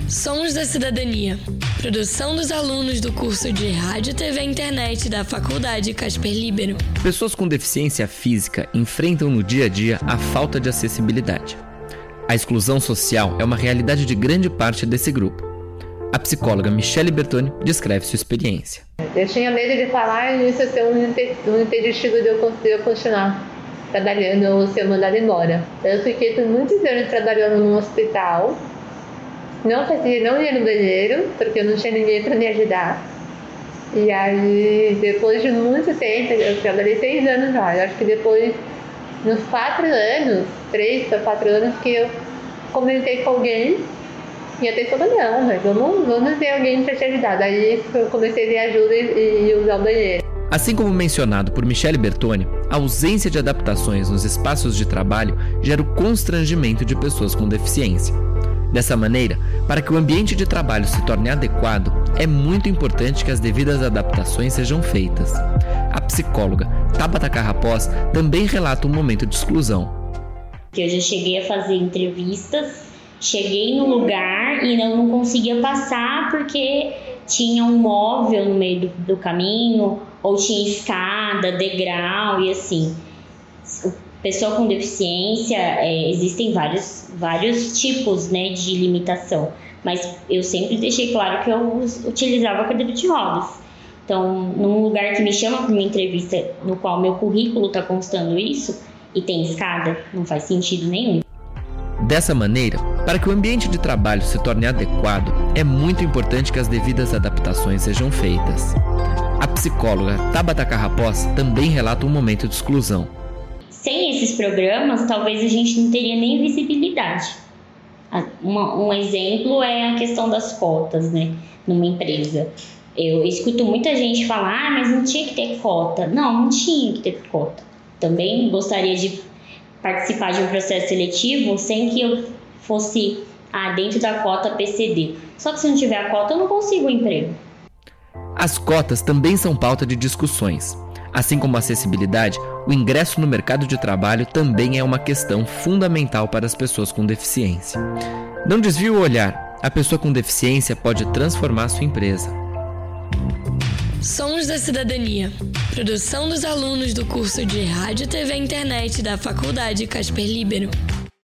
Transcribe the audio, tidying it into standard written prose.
Sons da Cidadania. Produção dos alunos do curso de Rádio, TV e Internet da Faculdade Casper Líbero. Pessoas com deficiência física enfrentam no dia a dia a falta de acessibilidade. A exclusão social é uma realidade de grande parte desse grupo. A psicóloga Michele Bertoni descreve sua experiência. Eu tinha medo de falar e isso ser um impeditivo de eu continuar trabalhando ou ser mandada embora. Eu fiquei por muitos anos trabalhando num hospital. Não ia no banheiro, porque eu não tinha ninguém para me ajudar. E aí, depois de muito tempo, eu trabalhei 6 anos lá. Eu acho que depois, nos 3 para 4 anos, que eu comentei com alguém. E a pessoa falou, não, mas vamos ver alguém para te ajudar. Daí eu comecei a ver ajuda e usar o banheiro. Assim como mencionado por Michele Bertoni, a ausência de adaptações nos espaços de trabalho gera o constrangimento de pessoas com deficiência. Dessa maneira, para que o ambiente de trabalho se torne adequado, é muito importante que as devidas adaptações sejam feitas. A psicóloga Tabata Carrapós também relata um momento de exclusão. Eu já cheguei a fazer entrevistas, cheguei no lugar e não conseguia passar porque tinha um móvel no meio do caminho, ou tinha escada, degrau e assim. Pessoa com deficiência, existem vários tipos, né, de limitação, mas eu sempre deixei claro que eu utilizava a cadeira de rodas. Então, num lugar que me chama para uma entrevista no qual meu currículo está constando isso, e tem escada, não faz sentido nenhum. Dessa maneira, para que o ambiente de trabalho se torne adequado, é muito importante que as devidas adaptações sejam feitas. A psicóloga Tabata Carrapós também relata um momento de exclusão. Sem esses programas, talvez a gente não teria nem visibilidade. Um exemplo é a questão das cotas, né, numa empresa. Eu escuto muita gente falar, mas não tinha que ter cota. Não tinha que ter cota. Também gostaria de participar de um processo seletivo sem que eu fosse dentro da cota PCD. Só que se não tiver a cota, eu não consigo o emprego. As cotas também são pauta de discussões. Assim como a acessibilidade, o ingresso no mercado de trabalho também é uma questão fundamental para as pessoas com deficiência. Não desvie o olhar, a pessoa com deficiência pode transformar sua empresa. Sons da Cidadania. Produção dos alunos do curso de Rádio, TV e Internet da Faculdade Casper Líbero.